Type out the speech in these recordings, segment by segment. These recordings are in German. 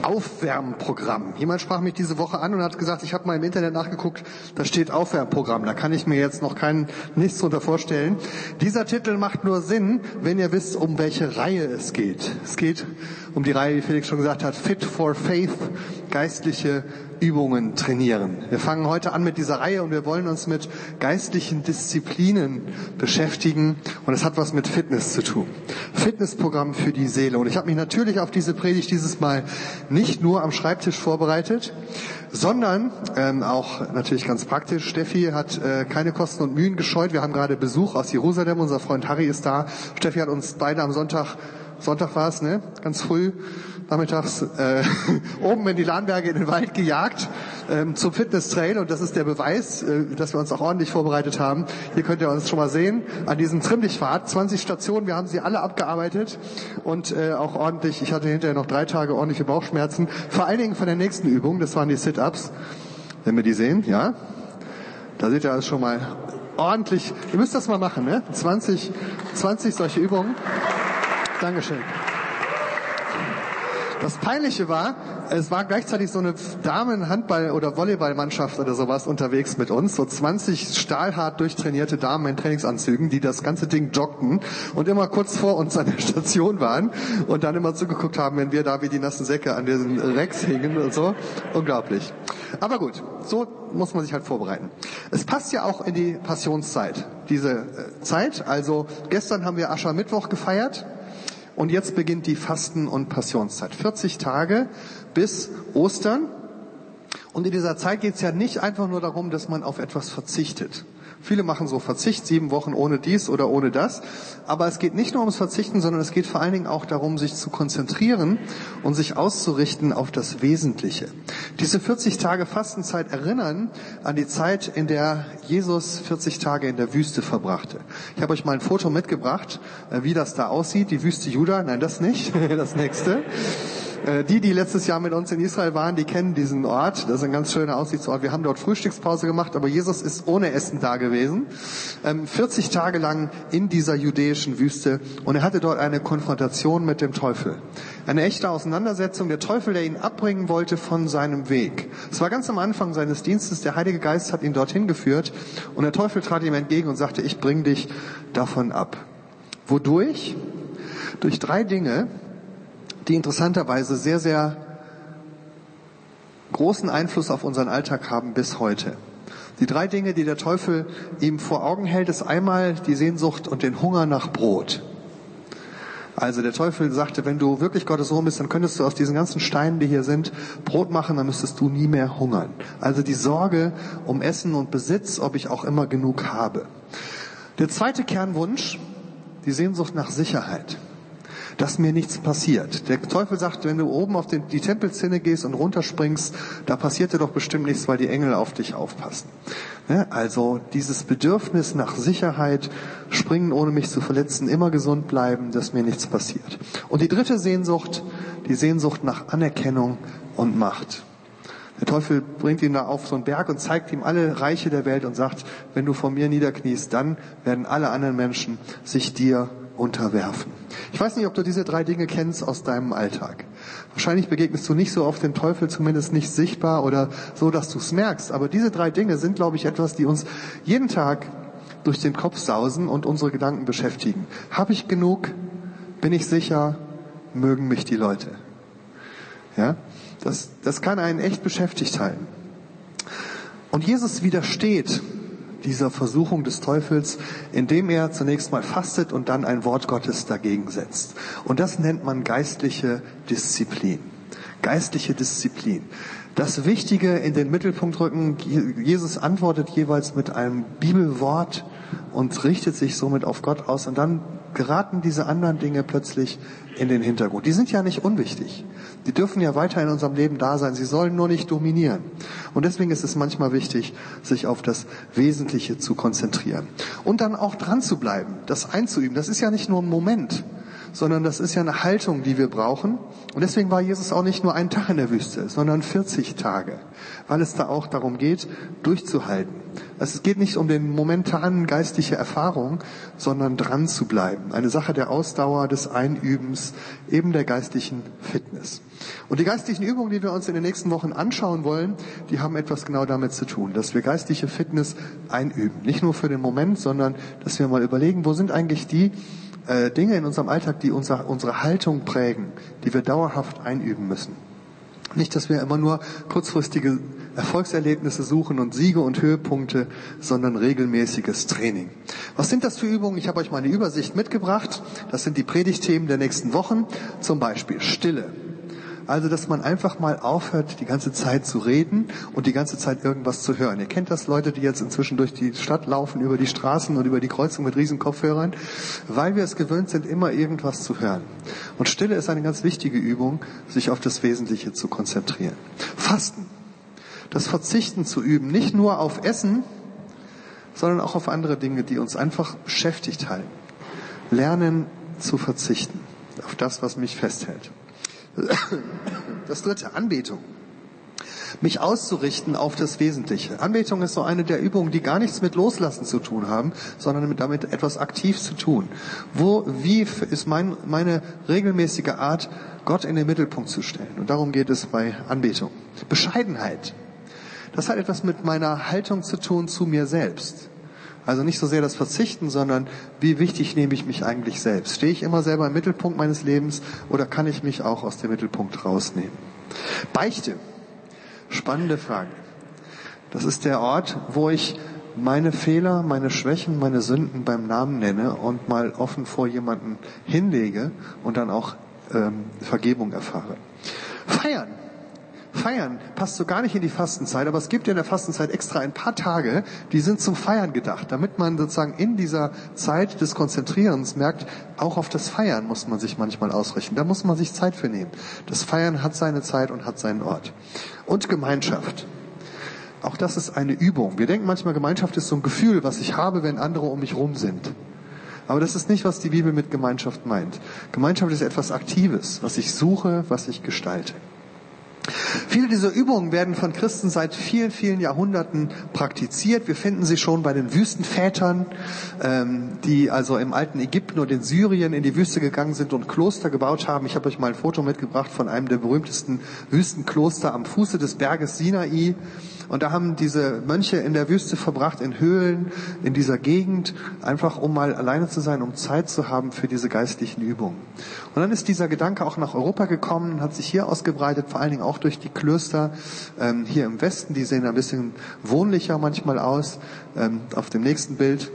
Aufwärmprogramm. Jemand sprach mich diese Woche an und hat gesagt, ich habe mal im Internet nachgeguckt, da steht Aufwärmprogramm. Da kann ich mir jetzt noch nichts drunter vorstellen. Dieser Titel macht nur Sinn, wenn ihr wisst, um welche Reihe es geht. Es geht um die Reihe, wie Felix schon gesagt hat, Fit for Faith, geistliche Übungen trainieren. Wir fangen heute an mit dieser Reihe und wir wollen uns mit geistlichen Disziplinen beschäftigen und es hat was mit Fitness zu tun. Fitnessprogramm für die Seele. Und ich habe mich natürlich auf diese Predigt dieses Mal nicht nur am Schreibtisch vorbereitet, sondern auch natürlich ganz praktisch. Steffi hat keine Kosten und Mühen gescheut. Wir haben gerade Besuch aus Jerusalem. Unser Freund Harry ist da. Steffi hat uns beide am Sonntag war es, ne? Ganz früh, nachmittags, oben in die Lahnberge in den Wald gejagt, zum Fitnesstrail. Und das ist der Beweis, dass wir uns auch ordentlich vorbereitet haben. Hier könnt ihr uns schon mal sehen, an diesem Trimmlichtpfad, 20 Stationen, wir haben sie alle abgearbeitet und auch ordentlich, ich hatte hinterher noch 3 Tage ordentliche Bauchschmerzen. Vor allen Dingen von der nächsten Übung, das waren die Sit-Ups. Wenn wir die sehen, ja? Da seht ihr das schon mal ordentlich. Ihr müsst das mal machen, ne? 20 solche Übungen. Dankeschön. Das Peinliche war, es war gleichzeitig so eine Damen-Handball- oder Volleyballmannschaft oder sowas unterwegs mit uns. So 20 stahlhart durchtrainierte Damen in Trainingsanzügen, die das ganze Ding joggten und immer kurz vor uns an der Station waren und dann immer zugeguckt haben, wenn wir da wie die nassen Säcke an diesen Rex hingen und so. Unglaublich. Aber gut, so muss man sich halt vorbereiten. Es passt ja auch in die Passionszeit, diese Zeit. Also gestern haben wir Aschermittwoch gefeiert. Und jetzt beginnt die Fasten- und Passionszeit. 40 Tage bis Ostern. Und in dieser Zeit geht es ja nicht einfach nur darum, dass man auf etwas verzichtet. Viele machen so Verzicht, 7 Wochen ohne dies oder ohne das. Aber es geht nicht nur ums Verzichten, sondern es geht vor allen Dingen auch darum, sich zu konzentrieren und sich auszurichten auf das Wesentliche. Diese 40 Tage Fastenzeit erinnern an die Zeit, in der Jesus 40 Tage in der Wüste verbrachte. Ich habe euch mal ein Foto mitgebracht, wie das da aussieht. Die Wüste Juda, nein, das nicht, das nächste. Die letztes Jahr mit uns in Israel waren, die kennen diesen Ort. Das ist ein ganz schöner Aussichtsort. Wir haben dort Frühstückspause gemacht, aber Jesus ist ohne Essen da gewesen. 40 Tage lang in dieser judäischen Wüste. Und er hatte dort eine Konfrontation mit dem Teufel. Eine echte Auseinandersetzung. Der Teufel, der ihn abbringen wollte von seinem Weg. Es war ganz am Anfang seines Dienstes. Der Heilige Geist hat ihn dorthin geführt. Und der Teufel trat ihm entgegen und sagte, ich bring dich davon ab. Wodurch? Durch 3 Dinge, die interessanterweise sehr, sehr großen Einfluss auf unseren Alltag haben bis heute. Die 3 Dinge, die der Teufel ihm vor Augen hält, ist einmal die Sehnsucht und den Hunger nach Brot. Also der Teufel sagte, wenn du wirklich Gottes Sohn bist, dann könntest du aus diesen ganzen Steinen, die hier sind, Brot machen, dann müsstest du nie mehr hungern. Also die Sorge um Essen und Besitz, ob ich auch immer genug habe. Der zweite Kernwunsch, die Sehnsucht nach Sicherheit. Dass mir nichts passiert. Der Teufel sagt, wenn du oben auf die Tempelzinne gehst und runterspringst, da passiert dir doch bestimmt nichts, weil die Engel auf dich aufpassen. Also dieses Bedürfnis nach Sicherheit, springen ohne mich zu verletzen, immer gesund bleiben, dass mir nichts passiert. Und die dritte Sehnsucht, die Sehnsucht nach Anerkennung und Macht. Der Teufel bringt ihn da auf so einen Berg und zeigt ihm alle Reiche der Welt und sagt, wenn du vor mir niederkniest, dann werden alle anderen Menschen sich dir unterwerfen. Ich weiß nicht, ob du diese 3 Dinge kennst aus deinem Alltag. Wahrscheinlich begegnest du nicht so auf den Teufel, zumindest nicht sichtbar oder so, dass du es merkst. Aber diese 3 Dinge sind, glaube ich, etwas, die uns jeden Tag durch den Kopf sausen und unsere Gedanken beschäftigen. Habe ich genug? Bin ich sicher? Mögen mich die Leute? Ja? Das kann einen echt beschäftigt halten. Und Jesus widersteht dieser Versuchung des Teufels, indem er zunächst mal fastet und dann ein Wort Gottes dagegen setzt. Und das nennt man geistliche Disziplin. Geistliche Disziplin. Das Wichtige in den Mittelpunkt rücken. Jesus antwortet jeweils mit einem Bibelwort und richtet sich somit auf Gott aus. Und dann geraten diese anderen Dinge plötzlich in den Hintergrund. Die sind ja nicht unwichtig. Die dürfen ja weiter in unserem Leben da sein. Sie sollen nur nicht dominieren. Und deswegen ist es manchmal wichtig, sich auf das Wesentliche zu konzentrieren. Und dann auch dran zu bleiben, das einzuüben. Das ist ja nicht nur ein Moment, sondern das ist ja eine Haltung, die wir brauchen. Und deswegen war Jesus auch nicht nur einen Tag in der Wüste, sondern 40 Tage, weil es da auch darum geht, durchzuhalten. Also es geht nicht um den momentanen geistliche Erfahrung, sondern dran zu bleiben. Eine Sache der Ausdauer, des Einübens, eben der geistlichen Fitness. Und die geistlichen Übungen, die wir uns in den nächsten Wochen anschauen wollen, die haben etwas genau damit zu tun, dass wir geistliche Fitness einüben. Nicht nur für den Moment, sondern dass wir mal überlegen, wo sind eigentlich die Dinge in unserem Alltag, die unsere Haltung prägen, die wir dauerhaft einüben müssen. Nicht, dass wir immer nur kurzfristige Erfolgserlebnisse suchen und Siege und Höhepunkte, sondern regelmäßiges Training. Was sind das für Übungen? Ich habe euch mal eine Übersicht mitgebracht. Das sind die Predigtthemen der nächsten Wochen. Zum Beispiel Stille. Also, dass man einfach mal aufhört, die ganze Zeit zu reden und die ganze Zeit irgendwas zu hören. Ihr kennt das, Leute, die jetzt inzwischen durch die Stadt laufen, über die Straßen und über die Kreuzung mit riesen Kopfhörern, weil wir es gewöhnt sind, immer irgendwas zu hören. Und Stille ist eine ganz wichtige Übung, sich auf das Wesentliche zu konzentrieren. Fasten. Das Verzichten zu üben, nicht nur auf Essen, sondern auch auf andere Dinge, die uns einfach beschäftigt halten. Lernen zu verzichten auf das, was mich festhält. Das dritte, Anbetung. Mich auszurichten auf das Wesentliche. Anbetung ist so eine der Übungen, die gar nichts mit Loslassen zu tun haben, sondern damit etwas aktiv zu tun. Wie ist meine regelmäßige Art, Gott in den Mittelpunkt zu stellen? Und darum geht es bei Anbetung. Bescheidenheit. Das hat etwas mit meiner Haltung zu tun zu mir selbst. Also nicht so sehr das Verzichten, sondern wie wichtig nehme ich mich eigentlich selbst? Stehe ich immer selber im Mittelpunkt meines Lebens oder kann ich mich auch aus dem Mittelpunkt rausnehmen? Beichte. Spannende Frage. Das ist der Ort, wo ich meine Fehler, meine Schwächen, meine Sünden beim Namen nenne und mal offen vor jemanden hinlege und dann auch Vergebung erfahre. Feiern passt so gar nicht in die Fastenzeit, aber es gibt in der Fastenzeit extra ein paar Tage, die sind zum Feiern gedacht, damit man sozusagen in dieser Zeit des Konzentrierens merkt, auch auf das Feiern muss man sich manchmal ausrichten. Da muss man sich Zeit für nehmen. Das Feiern hat seine Zeit und hat seinen Ort. Und Gemeinschaft. Auch das ist eine Übung. Wir denken manchmal, Gemeinschaft ist so ein Gefühl, was ich habe, wenn andere um mich rum sind. Aber das ist nicht, was die Bibel mit Gemeinschaft meint. Gemeinschaft ist etwas Aktives, was ich suche, was ich gestalte. Viele dieser Übungen werden von Christen seit vielen, vielen Jahrhunderten praktiziert. Wir finden sie schon bei den Wüstenvätern, die also im alten Ägypten und in Syrien in die Wüste gegangen sind und Kloster gebaut haben. Ich habe euch mal ein Foto mitgebracht von einem der berühmtesten Wüstenkloster am Fuße des Berges Sinai. Und da haben diese Mönche in der Wüste verbracht, in Höhlen, in dieser Gegend, einfach um mal alleine zu sein, um Zeit zu haben für diese geistlichen Übungen. Und dann ist dieser Gedanke auch nach Europa gekommen, hat sich hier ausgebreitet, vor allen Dingen auch durch die Klöster hier im Westen. Die sehen ein bisschen wohnlicher manchmal aus, auf dem nächsten Bild.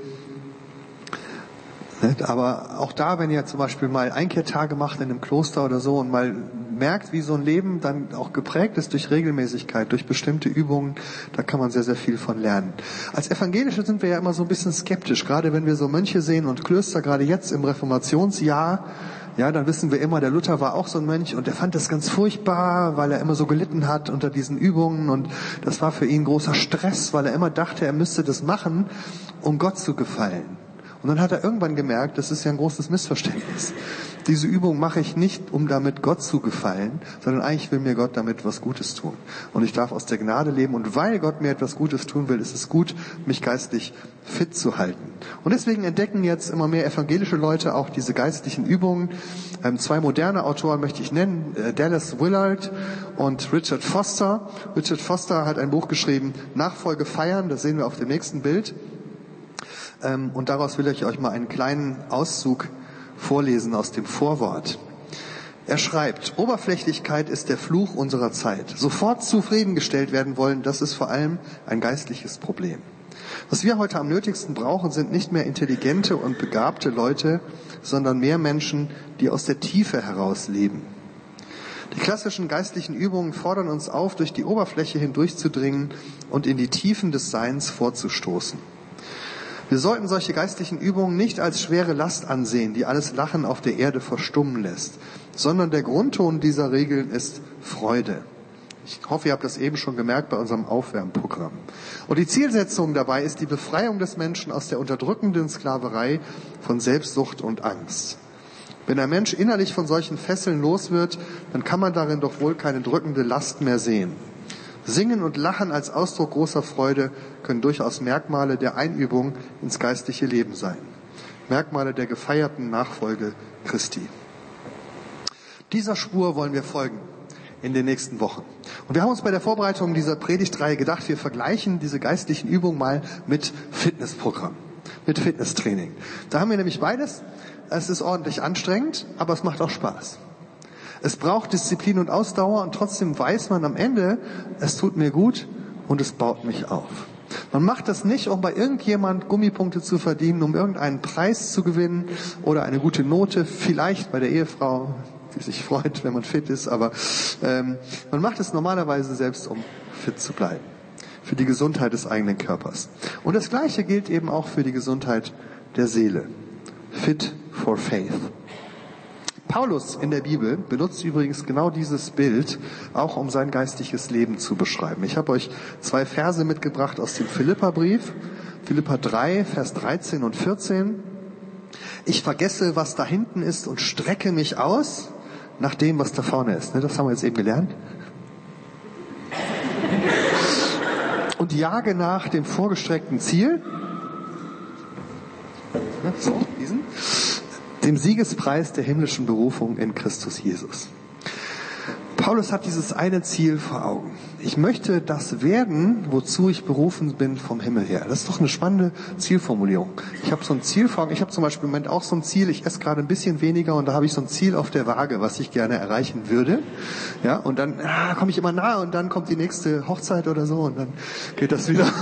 Aber auch da, wenn ihr zum Beispiel mal Einkehrtage macht in einem Kloster oder so und mal merkt, wie so ein Leben dann auch geprägt ist durch Regelmäßigkeit, durch bestimmte Übungen, da kann man sehr, sehr viel von lernen. Als Evangelische sind wir ja immer so ein bisschen skeptisch, gerade wenn wir so Mönche sehen und Klöster, gerade jetzt im Reformationsjahr, ja, dann wissen wir immer, der Luther war auch so ein Mönch und der fand das ganz furchtbar, weil er immer so gelitten hat unter diesen Übungen und das war für ihn großer Stress, weil er immer dachte, er müsste das machen, um Gott zu gefallen. Und dann hat er irgendwann gemerkt, das ist ja ein großes Missverständnis. Diese Übung mache ich nicht, um damit Gott zu gefallen, sondern eigentlich will mir Gott damit was Gutes tun. Und ich darf aus der Gnade leben. Und weil Gott mir etwas Gutes tun will, ist es gut, mich geistlich fit zu halten. Und deswegen entdecken jetzt immer mehr evangelische Leute auch diese geistlichen Übungen. 2 moderne Autoren möchte ich nennen, Dallas Willard und Richard Foster. Richard Foster hat ein Buch geschrieben, Nachfolge feiern, das sehen wir auf dem nächsten Bild. Und daraus will ich euch mal einen kleinen Auszug vorlesen aus dem Vorwort. Er schreibt, Oberflächlichkeit ist der Fluch unserer Zeit. Sofort zufriedengestellt werden wollen, das ist vor allem ein geistliches Problem. Was wir heute am nötigsten brauchen, sind nicht mehr intelligente und begabte Leute, sondern mehr Menschen, die aus der Tiefe heraus leben. Die klassischen geistlichen Übungen fordern uns auf, durch die Oberfläche hindurchzudringen und in die Tiefen des Seins vorzustoßen. Wir sollten solche geistlichen Übungen nicht als schwere Last ansehen, die alles Lachen auf der Erde verstummen lässt, sondern der Grundton dieser Regeln ist Freude. Ich hoffe, ihr habt das eben schon gemerkt bei unserem Aufwärmprogramm. Und die Zielsetzung dabei ist die Befreiung des Menschen aus der unterdrückenden Sklaverei von Selbstsucht und Angst. Wenn ein Mensch innerlich von solchen Fesseln los wird, dann kann man darin doch wohl keine drückende Last mehr sehen. Singen und Lachen als Ausdruck großer Freude können durchaus Merkmale der Einübung ins geistliche Leben sein. Merkmale der gefeierten Nachfolge Christi. Dieser Spur wollen wir folgen in den nächsten Wochen. Und wir haben uns bei der Vorbereitung dieser Predigtreihe gedacht, wir vergleichen diese geistlichen Übungen mal mit Fitnessprogramm, mit Fitnesstraining. Da haben wir nämlich beides. Es ist ordentlich anstrengend, aber es macht auch Spaß. Es braucht Disziplin und Ausdauer und trotzdem weiß man am Ende, es tut mir gut und es baut mich auf. Man macht das nicht, um bei irgendjemand Gummipunkte zu verdienen, um irgendeinen Preis zu gewinnen oder eine gute Note, vielleicht bei der Ehefrau, die sich freut, wenn man fit ist, aber man macht es normalerweise selbst, um fit zu bleiben. Für die Gesundheit des eigenen Körpers. Und das Gleiche gilt eben auch für die Gesundheit der Seele. Fit for faith. Paulus in der Bibel benutzt übrigens genau dieses Bild, auch um sein geistliches Leben zu beschreiben. Ich habe euch 2 Verse mitgebracht aus dem Philipperbrief. Philipper 3, Vers 13 und 14. Ich vergesse, was da hinten ist und strecke mich aus nach dem, was da vorne ist. Das haben wir jetzt eben gelernt. Und jage nach dem vorgestreckten Ziel. So, diesen. Dem Siegespreis der himmlischen Berufung in Christus Jesus. Paulus hat dieses eine Ziel vor Augen. Ich möchte das werden, wozu ich berufen bin vom Himmel her. Das ist doch eine spannende Zielformulierung. Ich habe so ein Ziel vor Augen. Ich habe zum Beispiel im Moment auch so ein Ziel. Ich esse gerade ein bisschen weniger und da habe ich so ein Ziel auf der Waage, was ich gerne erreichen würde. Ja, und dann komme ich immer nahe und dann kommt die nächste Hochzeit oder so und dann geht das wieder.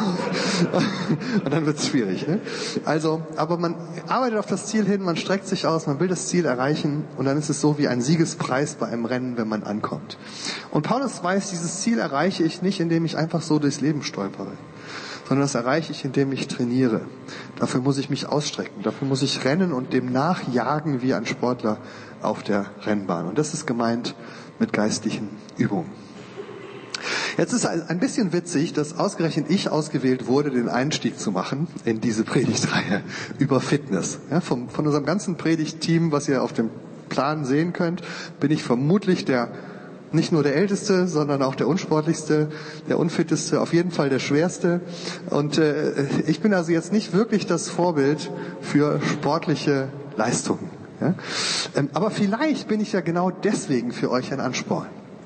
Und dann wird es schwierig. Ne? Also, aber man arbeitet auf das Ziel hin, man streckt sich aus, man will das Ziel erreichen und dann ist es so wie ein Siegespreis bei einem Rennen, wenn man ankommt. Und Paulus weiß, dieses Ziel erreiche ich nicht, indem ich einfach so durchs Leben stolpere, sondern das erreiche ich, indem ich trainiere. Dafür muss ich mich ausstrecken, dafür muss ich rennen und dem nachjagen wie ein Sportler auf der Rennbahn. Und das ist gemeint mit geistlichen Übungen. Jetzt ist ein bisschen witzig, dass ausgerechnet ich ausgewählt wurde, den Einstieg zu machen in diese Predigtreihe über Fitness. Ja, von unserem ganzen Predigtteam, was ihr auf dem Plan sehen könnt, bin ich vermutlich nicht nur der Älteste, sondern auch der Unsportlichste, der Unfitteste, auf jeden Fall der Schwerste. Und ich bin also jetzt nicht wirklich das Vorbild für sportliche Leistungen. Ja? Aber vielleicht bin ich ja genau deswegen für euch ein Ansporn.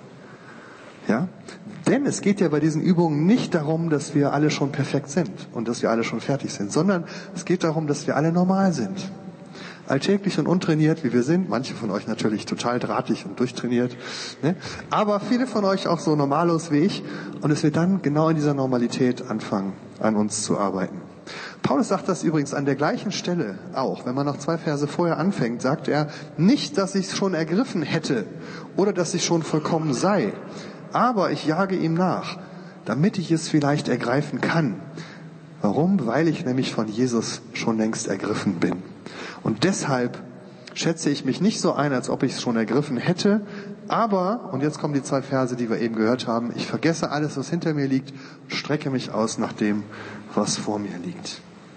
Ja? Denn es geht ja bei diesen Übungen nicht darum, dass wir alle schon perfekt sind und dass wir alle schon fertig sind, sondern es geht darum, dass wir alle normal sind. Alltäglich und untrainiert, wie wir sind. Manche von euch natürlich total drahtig und durchtrainiert. Ne? Aber viele von euch auch so normallos wie ich. Und dass wir dann genau in dieser Normalität anfangen, an uns zu arbeiten. Paulus sagt das übrigens an der gleichen Stelle auch. Wenn man noch 2 Verse vorher anfängt, sagt er, nicht, dass ich es schon ergriffen hätte oder dass ich schon vollkommen sei. Aber ich jage ihm nach, damit ich es vielleicht ergreifen kann. Warum? Weil ich nämlich von Jesus schon längst ergriffen bin. Und deshalb schätze ich mich nicht so ein, als ob ich es schon ergriffen hätte. Aber, und jetzt kommen die 2 Verse, die wir eben gehört haben, ich vergesse alles, was hinter mir liegt, strecke mich aus nach dem, was vor mir liegt.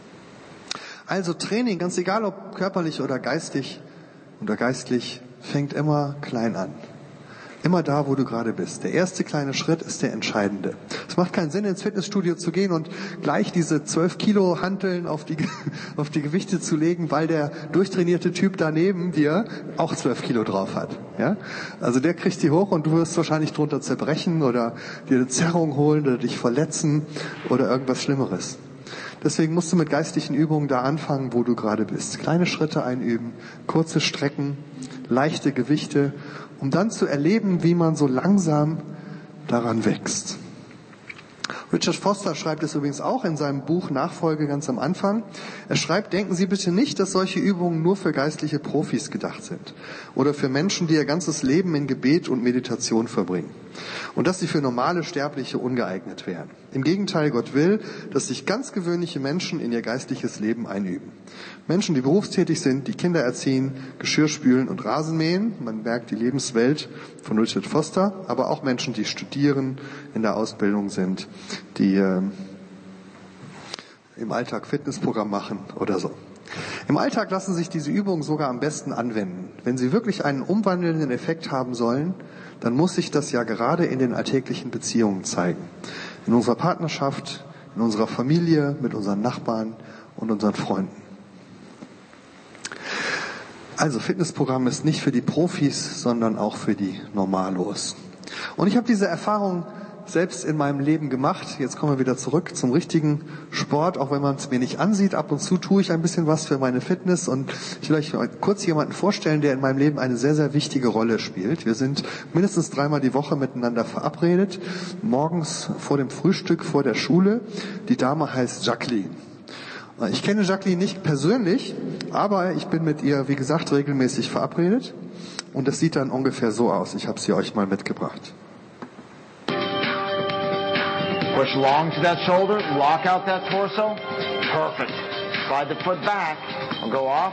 Also Training, ganz egal ob körperlich oder geistig oder geistlich, fängt immer klein an. Immer da, wo du gerade bist. Der erste kleine Schritt ist der entscheidende. Es macht keinen Sinn, ins Fitnessstudio zu gehen und gleich diese 12 Kilo Hanteln auf die Gewichte zu legen, weil der durchtrainierte Typ daneben dir auch 12 Kilo drauf hat. Ja? Also der kriegt die hoch und du wirst wahrscheinlich drunter zerbrechen oder dir eine Zerrung holen oder dich verletzen oder irgendwas Schlimmeres. Deswegen musst du mit geistlichen Übungen da anfangen, wo du gerade bist. Kleine Schritte einüben, kurze Strecken, leichte Gewichte, um dann zu erleben, wie man so langsam daran wächst. Richard Foster schreibt es übrigens auch in seinem Buch Nachfolge ganz am Anfang. Er schreibt, denken Sie bitte nicht, dass solche Übungen nur für geistliche Profis gedacht sind oder für Menschen, die ihr ganzes Leben in Gebet und Meditation verbringen und dass sie für normale Sterbliche ungeeignet wären. Im Gegenteil, Gott will, dass sich ganz gewöhnliche Menschen in ihr geistliches Leben einüben. Menschen, die berufstätig sind, die Kinder erziehen, Geschirr spülen und Rasen mähen. Man merkt die Lebenswelt von Richard Foster, aber auch Menschen, die studieren, in der Ausbildung sind, die im Alltag Fitnessprogramm machen oder so. Im Alltag lassen sich diese Übungen sogar am besten anwenden. Wenn sie wirklich einen umwandelnden Effekt haben sollen, dann muss sich das ja gerade in den alltäglichen Beziehungen zeigen. In unserer Partnerschaft, in unserer Familie, mit unseren Nachbarn und unseren Freunden. Also Fitnessprogramm ist nicht für die Profis, sondern auch für die Normalos. Und ich habe diese Erfahrung selbst in meinem Leben gemacht. Jetzt kommen wir wieder zurück zum richtigen Sport, auch wenn man es mir nicht ansieht. Ab und zu tue ich ein bisschen was für meine Fitness und ich will euch kurz jemanden vorstellen, der in meinem Leben eine sehr, sehr wichtige Rolle spielt. Wir sind mindestens 3-mal die Woche miteinander verabredet, morgens vor dem Frühstück vor der Schule. Die Dame heißt Jacqueline. Ich kenne Jacqueline nicht persönlich, aber ich bin mit ihr, wie gesagt, regelmäßig verabredet und das sieht dann ungefähr so aus. Ich habe sie euch mal mitgebracht. Push long to that shoulder, lock out that torso. Perfect. Slide the foot back. I'll go off.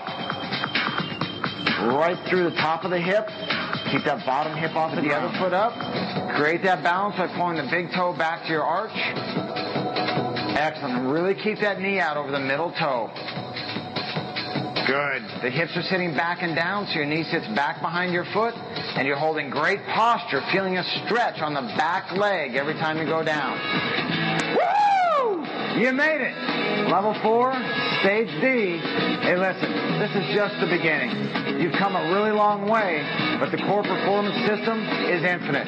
Right through the top of the hip. Keep that bottom hip off of the other foot up. Create that balance by pulling the big toe back to your arch. Excellent. Really keep that knee out over the middle toe. Good. The hips are sitting back and down, so your knee sits back behind your foot, and you're holding great posture, feeling a stretch on the back leg every time you go down. Woo! You made it. Level 4, stage D. Hey, listen, this is just the beginning. You've come a really long way, but the core performance system is infinite.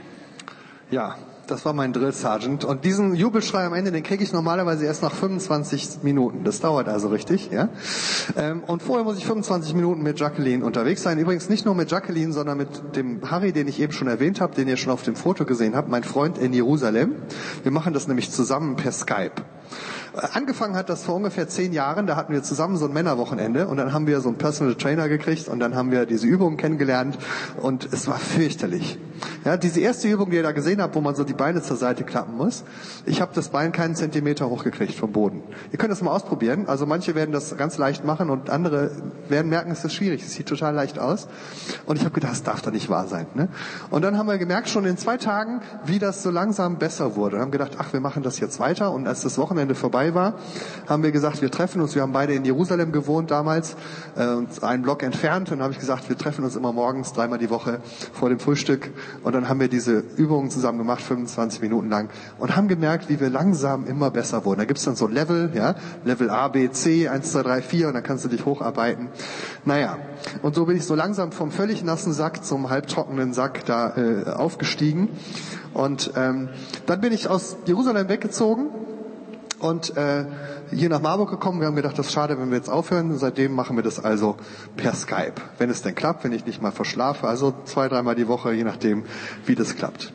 Ja. Das war mein Drill Sergeant. Und diesen Jubelschrei am Ende, den kriege ich normalerweise erst nach 25 Minuten. Das dauert also richtig, ja. Und vorher muss ich 25 Minuten mit Jacqueline unterwegs sein. Übrigens nicht nur mit Jacqueline, sondern mit dem Harry, den ich eben schon erwähnt habe, den ihr schon auf dem Foto gesehen habt, mein Freund in Jerusalem. Wir machen das nämlich zusammen per Skype. Angefangen hat das vor ungefähr 10 Jahren, da hatten wir zusammen so ein Männerwochenende und dann haben wir so einen Personal Trainer gekriegt und dann haben wir diese Übungen kennengelernt und es war fürchterlich. Ja, diese erste Übung, die ihr da gesehen habt, wo man so die Beine zur Seite klappen muss, ich habe das Bein keinen Zentimeter hochgekriegt vom Boden. Ihr könnt das mal ausprobieren, also manche werden das ganz leicht machen und andere werden merken, es ist schwierig, es sieht total leicht aus und ich habe gedacht, das darf doch nicht wahr sein. Ne? Und dann haben wir gemerkt, schon in 2 Tagen, wie das so langsam besser wurde und haben gedacht, ach, wir machen das jetzt weiter und als das Wochenende vorbei war, haben wir gesagt, wir treffen uns. Wir haben beide in Jerusalem gewohnt damals, einen Block entfernt. Und dann habe ich gesagt, wir treffen uns immer morgens 3-mal die Woche vor dem Frühstück. Und dann haben wir diese Übungen zusammen gemacht, 25 Minuten lang. Und haben gemerkt, wie wir langsam immer besser wurden. Da gibt's dann so Level, ja, Level A, B, C, 1, 2, 3, 4. Und dann kannst du dich hocharbeiten. Naja, und so bin ich so langsam vom völlig nassen Sack zum halbtrockenen Sack da aufgestiegen. Und dann bin ich aus Jerusalem weggezogen. Und hier nach Marburg gekommen. Wir haben gedacht, das ist schade, wenn wir jetzt aufhören. Seitdem machen wir das also per Skype. Wenn es denn klappt, wenn ich nicht mal verschlafe. Also 2-3 Mal die Woche, je nachdem, wie das klappt.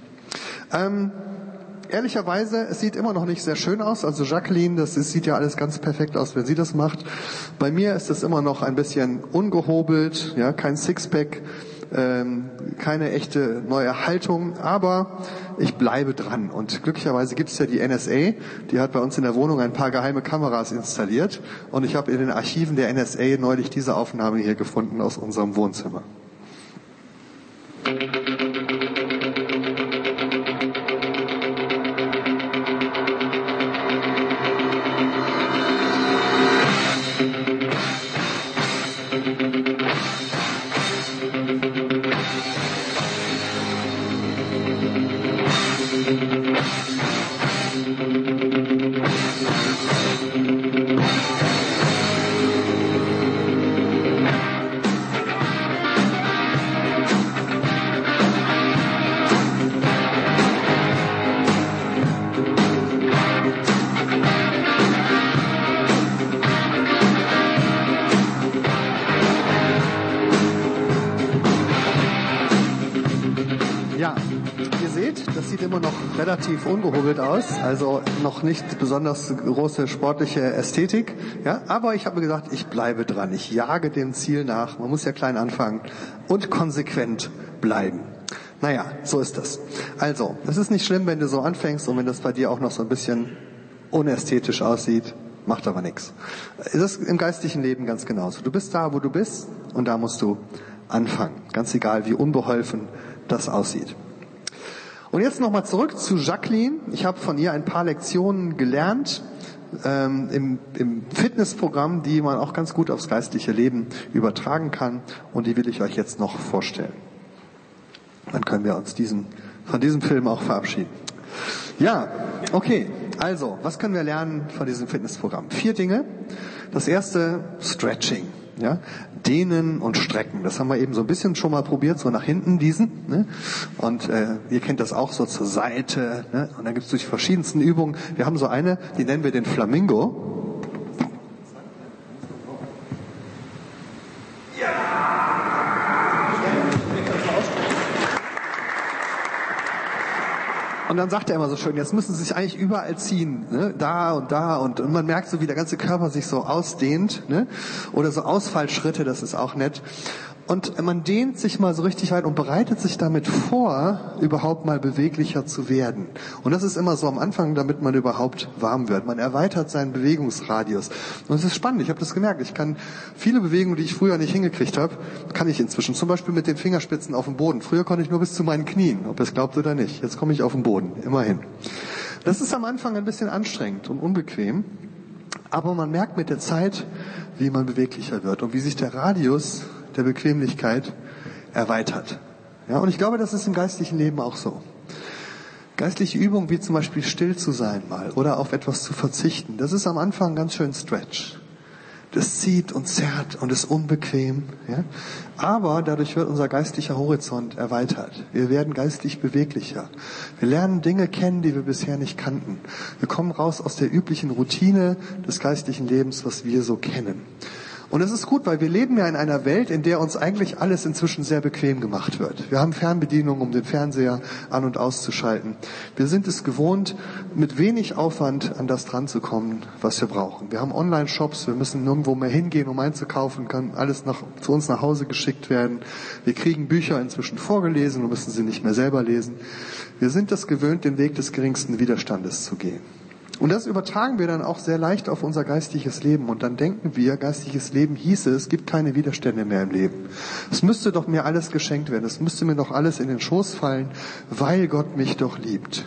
Ehrlicherweise, es sieht immer noch nicht sehr schön aus. Also Jacqueline, sieht ja alles ganz perfekt aus, wenn sie das macht. Bei mir ist es immer noch ein bisschen ungehobelt, ja, kein Sixpack. Keine echte neue Haltung, aber ich bleibe dran. Und glücklicherweise gibt es ja die NSA, die hat bei uns in der Wohnung ein paar geheime Kameras installiert und ich habe in den Archiven der NSA neulich diese Aufnahme hier gefunden aus unserem Wohnzimmer. Relativ ungehobelt aus, also noch nicht besonders große sportliche Ästhetik, ja, aber ich habe mir gesagt, ich bleibe dran, ich jage dem Ziel nach, man muss ja klein anfangen und konsequent bleiben. Naja, so ist das. Also, es ist nicht schlimm, wenn du so anfängst und wenn das bei dir auch noch so ein bisschen unästhetisch aussieht, macht aber nichts. Es ist im geistlichen Leben ganz genauso. Du bist da, wo du bist und da musst du anfangen, ganz egal, wie unbeholfen das aussieht. Und jetzt nochmal zurück zu Jacqueline. Ich habe von ihr ein paar Lektionen gelernt, im Fitnessprogramm, die man auch ganz gut aufs geistliche Leben übertragen kann. Und die will ich euch jetzt noch vorstellen. Dann können wir uns von diesem Film auch verabschieden. Ja, okay. Also, was können wir lernen von diesem Fitnessprogramm? 4 Dinge. Das erste, Stretching. Ja, dehnen und strecken. Das haben wir eben so ein bisschen schon mal probiert, so nach hinten ne? Und ihr kennt das auch so zur Seite. Ne? Und dann gibt es durch die verschiedensten Übungen. Wir haben so eine, die nennen wir den Flamingo. Und dann sagt er immer so schön, jetzt müssen Sie sich eigentlich überall ziehen, ne? Da und da und man merkt so, wie der ganze Körper sich so ausdehnt, ne? Oder so Ausfallschritte, das ist auch nett. Und man dehnt sich mal so richtig weit und bereitet sich damit vor, überhaupt mal beweglicher zu werden. Und das ist immer so am Anfang, damit man überhaupt warm wird. Man erweitert seinen Bewegungsradius. Und es ist spannend, ich habe das gemerkt. Ich kann viele Bewegungen, die ich früher nicht hingekriegt habe, kann ich inzwischen. Zum Beispiel mit den Fingerspitzen auf dem Boden. Früher konnte ich nur bis zu meinen Knien, ob ihr es glaubt oder nicht. Jetzt komme ich auf den Boden, immerhin. Das ist am Anfang ein bisschen anstrengend und unbequem. Aber man merkt mit der Zeit, wie man beweglicher wird und wie sich der Radius der Bequemlichkeit erweitert. Ja, und ich glaube, das ist im geistlichen Leben auch so. Geistliche Übungen wie zum Beispiel still zu sein mal oder auf etwas zu verzichten, das ist am Anfang ganz schön Stretch. Das zieht und zerrt und ist unbequem. Ja? Aber dadurch wird unser geistlicher Horizont erweitert. Wir werden geistlich beweglicher. Wir lernen Dinge kennen, die wir bisher nicht kannten. Wir kommen raus aus der üblichen Routine des geistlichen Lebens, was wir so kennen. Und es ist gut, weil wir leben ja in einer Welt, in der uns eigentlich alles inzwischen sehr bequem gemacht wird. Wir haben Fernbedienungen, um den Fernseher an- und auszuschalten. Wir sind es gewohnt, mit wenig Aufwand an das dran zu kommen, was wir brauchen. Wir haben Online-Shops, wir müssen nirgendwo mehr hingehen, um einzukaufen, kann alles zu uns nach Hause geschickt werden. Wir kriegen Bücher inzwischen vorgelesen und müssen sie nicht mehr selber lesen. Wir sind es gewöhnt, den Weg des geringsten Widerstandes zu gehen. Und das übertragen wir dann auch sehr leicht auf unser geistliches Leben. Und dann denken wir, geistliches Leben hieße, es gibt keine Widerstände mehr im Leben. Es müsste doch mir alles geschenkt werden. Es müsste mir doch alles in den Schoß fallen, weil Gott mich doch liebt.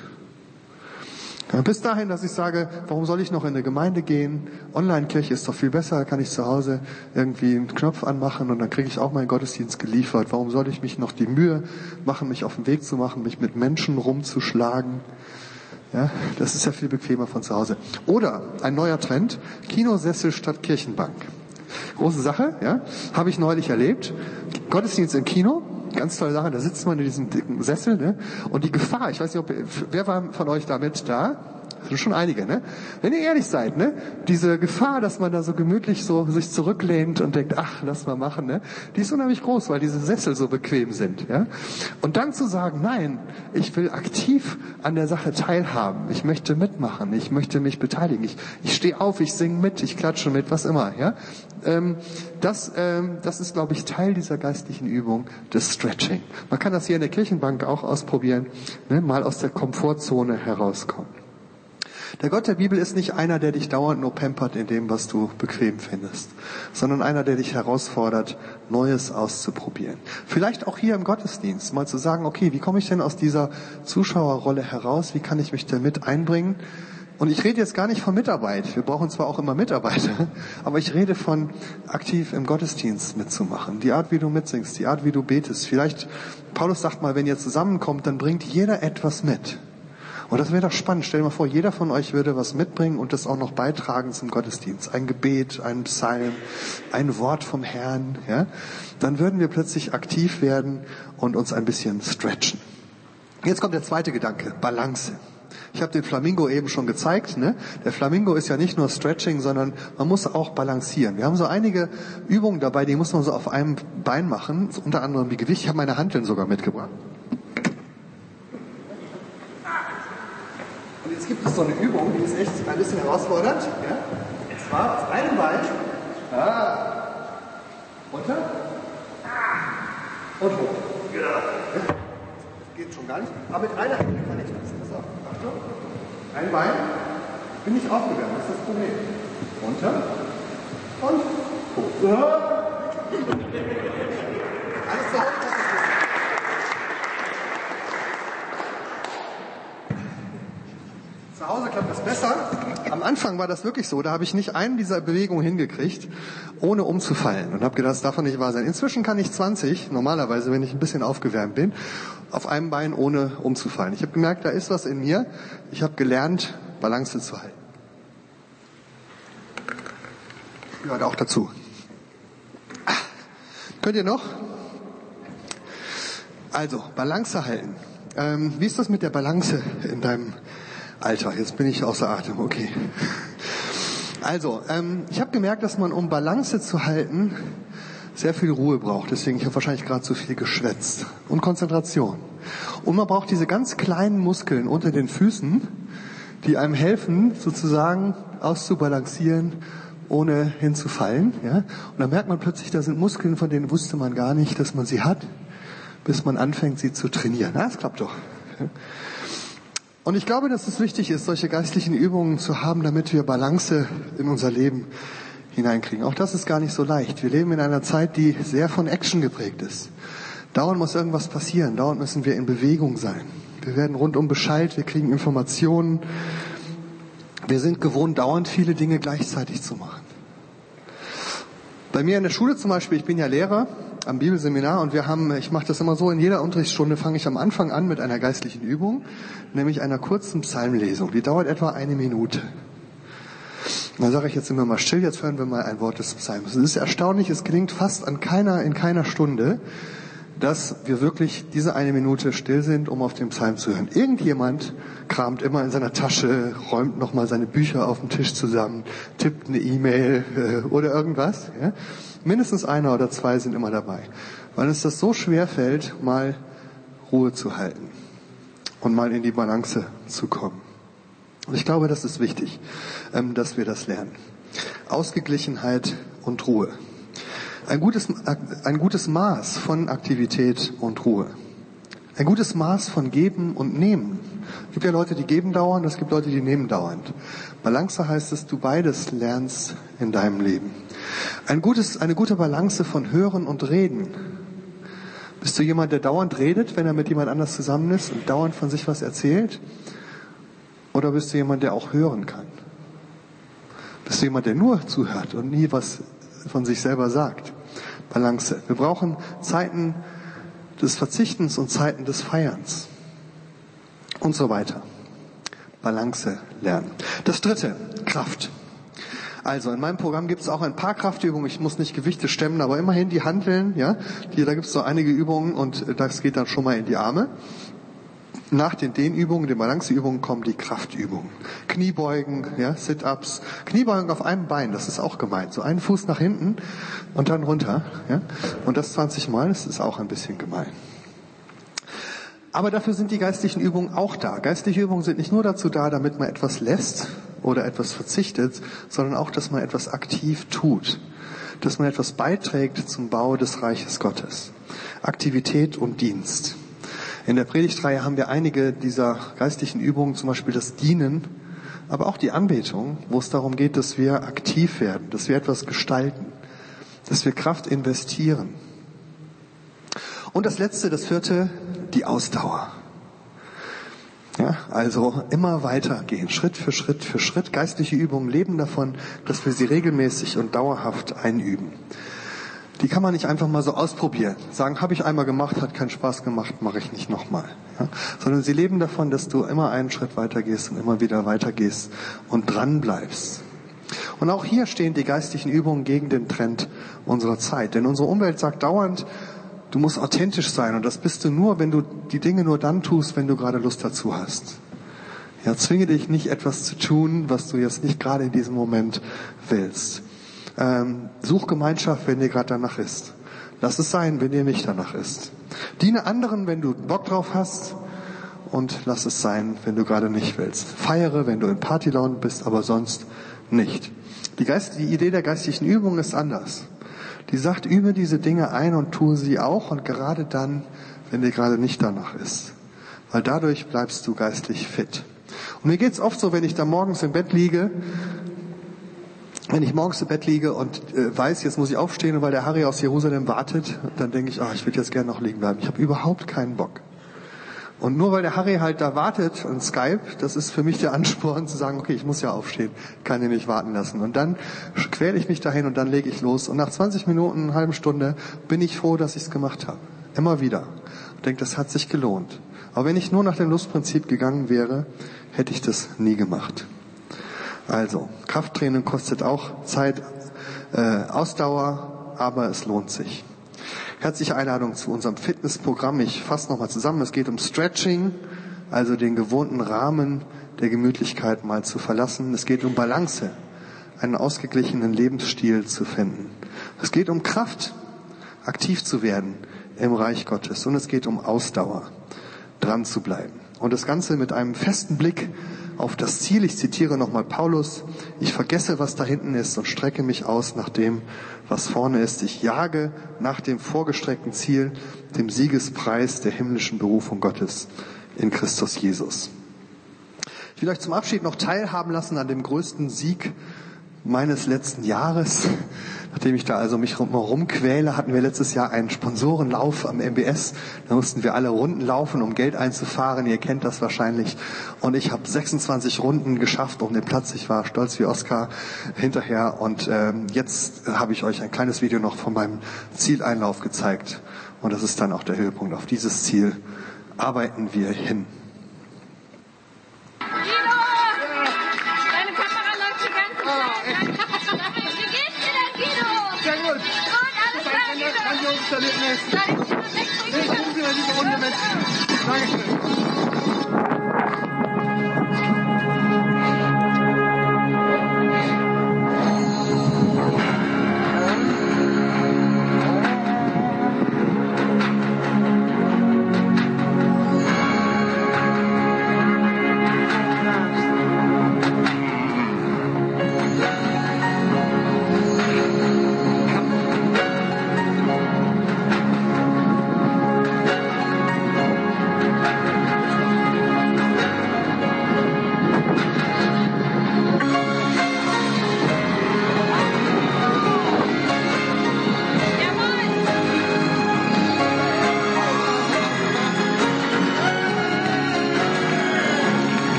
Ja, bis dahin, dass ich sage, warum soll ich noch in eine Gemeinde gehen? Online-Kirche ist doch viel besser, da kann ich zu Hause irgendwie einen Knopf anmachen und dann kriege ich auch meinen Gottesdienst geliefert. Warum soll ich mich noch die Mühe machen, mich auf den Weg zu machen, mich mit Menschen rumzuschlagen? Ja, das ist ja viel bequemer von zu Hause. Oder ein neuer Trend, Kinosessel statt Kirchenbank. Große Sache, ja, habe ich neulich erlebt. Gottesdienst im Kino, ganz tolle Sache, da sitzt man in diesem dicken Sessel, ne? Und die Gefahr, ich weiß nicht, wer war von euch damit da? Das sind schon einige, ne? Wenn ihr ehrlich seid, ne? Diese Gefahr, dass man da so gemütlich so sich zurücklehnt und denkt, ach, lass mal machen, ne? Die ist unheimlich groß, weil diese Sessel so bequem sind, ja? Und dann zu sagen, nein, ich will aktiv an der Sache teilhaben. Ich möchte mitmachen. Ich möchte mich beteiligen. Ich stehe auf, ich singe mit, ich klatsche mit, was immer, ja? Das ist, glaube ich, Teil dieser geistlichen Übung des Stretching. Man kann das hier in der Kirchenbank auch ausprobieren, ne? Mal aus der Komfortzone herauskommen. Der Gott der Bibel ist nicht einer, der dich dauernd nur pampert in dem, was du bequem findest, sondern einer, der dich herausfordert, Neues auszuprobieren. Vielleicht auch hier im Gottesdienst mal zu sagen, okay, wie komme ich denn aus dieser Zuschauerrolle heraus? Wie kann ich mich da mit einbringen? Und ich rede jetzt gar nicht von Mitarbeit. Wir brauchen zwar auch immer Mitarbeiter, aber ich rede von aktiv im Gottesdienst mitzumachen. Die Art, wie du mitsingst, die Art, wie du betest. Vielleicht, Paulus sagt mal, wenn ihr zusammenkommt, dann bringt jeder etwas mit. Und das wäre doch spannend. Stell dir mal vor, jeder von euch würde was mitbringen und das auch noch beitragen zum Gottesdienst. Ein Gebet, ein Psalm, ein Wort vom Herrn. Ja? Dann würden wir plötzlich aktiv werden und uns ein bisschen stretchen. Jetzt kommt der zweite Gedanke, Balance. Ich habe den Flamingo eben schon gezeigt. Ne? Der Flamingo ist ja nicht nur Stretching, sondern man muss auch balancieren. Wir haben so einige Übungen dabei, die muss man so auf einem Bein machen, unter anderem wie Gewicht. Ich habe meine Hanteln sogar mitgebracht. Und jetzt gibt es so eine Übung, die ist echt ein bisschen herausfordernd. Ja? Und zwar auf einem Bein. Runter. Und hoch. Ja. Geht schon gar nicht. Aber mit einer Hand kann ich das. Pass auf. Achtung. Ein Bein. Bin nicht aufgegangen. Das ist das Problem. Runter. Und hoch. Ja. Alles klar. Zu Hause klappt das besser. Am Anfang war das wirklich so. Da habe ich nicht einen dieser Bewegungen hingekriegt, ohne umzufallen. Und habe gedacht, das darf doch nicht wahr sein. Inzwischen kann ich 20, normalerweise, wenn ich ein bisschen aufgewärmt bin, auf einem Bein ohne umzufallen. Ich habe gemerkt, da ist was in mir. Ich habe gelernt, Balance zu halten. Gehört auch dazu. Könnt ihr noch? Also, Balance halten. Wie ist das mit der Balance in deinem Alter? Jetzt bin ich außer Atem, okay. Also, ich habe gemerkt, dass man, um Balance zu halten, sehr viel Ruhe braucht. Deswegen, ich habe wahrscheinlich gerade zu viel geschwätzt. Und Konzentration. Und man braucht diese ganz kleinen Muskeln unter den Füßen, die einem helfen, sozusagen auszubalancieren, ohne hinzufallen. Ja? Und dann merkt man plötzlich, da sind Muskeln, von denen wusste man gar nicht, dass man sie hat, bis man anfängt, sie zu trainieren. Ja, das klappt doch. Und ich glaube, dass es wichtig ist, solche geistlichen Übungen zu haben, damit wir Balance in unser Leben hineinkriegen. Auch das ist gar nicht so leicht. Wir leben in einer Zeit, die sehr von Action geprägt ist. Dauernd muss irgendwas passieren. Dauernd müssen wir in Bewegung sein. Wir werden rundum Bescheid, wir kriegen Informationen. Wir sind gewohnt, dauernd viele Dinge gleichzeitig zu machen. Bei mir in der Schule zum Beispiel, ich bin ja Lehrer am Bibelseminar und ich mache das immer so, in jeder Unterrichtsstunde fange ich am Anfang an mit einer geistlichen Übung, nämlich einer kurzen Psalmlesung. Die dauert etwa 1 Minute. Und dann sage ich, jetzt sind wir mal still, jetzt hören wir mal ein Wort des Psalms. Es ist erstaunlich, es gelingt fast in keiner Stunde, dass wir wirklich diese 1 Minute still sind, um auf den Psalm zu hören. Irgendjemand kramt immer in seiner Tasche, räumt nochmal seine Bücher auf dem Tisch zusammen, tippt eine E-Mail oder irgendwas. Ja? Mindestens 1 oder 2 sind immer dabei. Weil es das so schwer fällt, mal Ruhe zu halten und mal in die Balance zu kommen. Und ich glaube, das ist wichtig, dass wir das lernen. Ausgeglichenheit und Ruhe. Ein gutes Maß von Aktivität und Ruhe. Ein gutes Maß von Geben und Nehmen. Es gibt ja Leute, die geben dauernd, es gibt Leute, die nehmen dauernd. Balance heißt, dass du beides lernst in deinem Leben. Eine gute Balance von Hören und Reden. Bist du jemand, der dauernd redet, wenn er mit jemand anders zusammen ist und dauernd von sich was erzählt? Oder bist du jemand, der auch hören kann? Bist du jemand, der nur zuhört und nie was von sich selber sagt? Balance. Wir brauchen Zeiten des Verzichtens und Zeiten des Feierns. Und so weiter. Balance lernen. Das 3, Kraft. Also in meinem Programm gibt es auch ein paar Kraftübungen. Ich muss nicht Gewichte stemmen, aber immerhin die Hanteln, ja, da gibt es so einige Übungen und das geht dann schon mal in die Arme. Nach den Dehnübungen, den Balanceübungen kommen die Kraftübungen. Kniebeugen, ja, Sit-ups. Kniebeugen auf einem Bein, das ist auch gemeint. So einen Fuß nach hinten und dann runter. Ja. Und das 20 Mal, das ist auch ein bisschen gemein. Aber dafür sind die geistlichen Übungen auch da. Geistliche Übungen sind nicht nur dazu da, damit man etwas lässt oder etwas verzichtet, sondern auch, dass man etwas aktiv tut. Dass man etwas beiträgt zum Bau des Reiches Gottes. Aktivität und Dienst. In der Predigtreihe haben wir einige dieser geistlichen Übungen, zum Beispiel das Dienen, aber auch die Anbetung, wo es darum geht, dass wir aktiv werden, dass wir etwas gestalten, dass wir Kraft investieren. Und das Letzte, das 4, die Ausdauer. Ja, also immer weitergehen, Schritt für Schritt für Schritt. Geistliche Übungen leben davon, dass wir sie regelmäßig und dauerhaft einüben. Die kann man nicht einfach mal so ausprobieren. Sagen, habe ich einmal gemacht, hat keinen Spaß gemacht, mache ich nicht nochmal. Ja? Sondern sie leben davon, dass du immer einen Schritt weitergehst und immer wieder weitergehst und dran bleibst. Und auch hier stehen die geistlichen Übungen gegen den Trend unserer Zeit. Denn unsere Umwelt sagt dauernd, du musst authentisch sein. Und das bist du nur, wenn du die Dinge nur dann tust, wenn du gerade Lust dazu hast. Ja, zwinge dich nicht, etwas zu tun, was du jetzt nicht gerade in diesem Moment willst. Such Gemeinschaft, wenn dir gerade danach ist. Lass es sein, wenn dir nicht danach ist. Diene anderen, wenn du Bock drauf hast, und lass es sein, wenn du gerade nicht willst. Feiere, wenn du in Partylaune bist, aber sonst nicht. Die Idee der geistlichen Übung ist anders. Die sagt, übe diese Dinge ein und tue sie auch, und gerade dann, wenn dir gerade nicht danach ist. Weil dadurch bleibst du geistlich fit. Und mir geht's oft so, wenn ich da morgens im Bett liege, und weiß, jetzt muss ich aufstehen, weil der Harry aus Jerusalem wartet, dann denke ich, ich würde jetzt gerne noch liegen bleiben. Ich habe überhaupt keinen Bock. Und nur weil der Harry halt da wartet und Skype, das ist für mich der Ansporn zu sagen, okay, ich muss ja aufstehen, kann ihn nicht warten lassen. Und dann quäle ich mich dahin und dann lege ich los. Und nach 20 Minuten, einer halben Stunde bin ich froh, dass ich es gemacht habe. Immer wieder. Und denke, das hat sich gelohnt. Aber wenn ich nur nach dem Lustprinzip gegangen wäre, hätte ich das nie gemacht. Also, Krafttraining kostet auch Zeit, Ausdauer, aber es lohnt sich. Herzliche Einladung zu unserem Fitnessprogramm. Ich fasse nochmal zusammen. Es geht um Stretching, also den gewohnten Rahmen der Gemütlichkeit mal zu verlassen. Es geht um Balance, einen ausgeglichenen Lebensstil zu finden. Es geht um Kraft, aktiv zu werden im Reich Gottes. Und es geht um Ausdauer, dran zu bleiben. Und das Ganze mit einem festen Blick auf das Ziel. Ich zitiere nochmal Paulus. Ich vergesse, was da hinten ist und strecke mich aus nach dem, was vorne ist. Ich jage nach dem vorgestreckten Ziel, dem Siegespreis der himmlischen Berufung Gottes in Christus Jesus. Ich will euch zum Abschied noch teilhaben lassen an dem größten Sieg meines letzten Jahres. Nachdem ich da also mich rumquäle, hatten wir letztes Jahr einen Sponsorenlauf am MBS. Da mussten wir alle Runden laufen, um Geld einzufahren. Ihr kennt das wahrscheinlich. Und ich habe 26 Runden geschafft um den Platz. Ich war stolz wie Oskar hinterher. Und jetzt habe ich euch ein kleines Video noch von meinem Zieleinlauf gezeigt. Und das ist dann auch der Höhepunkt. Auf dieses Ziel arbeiten wir hin. Erlebnis. Ich bin wieder diese Runde mit. Dankeschön.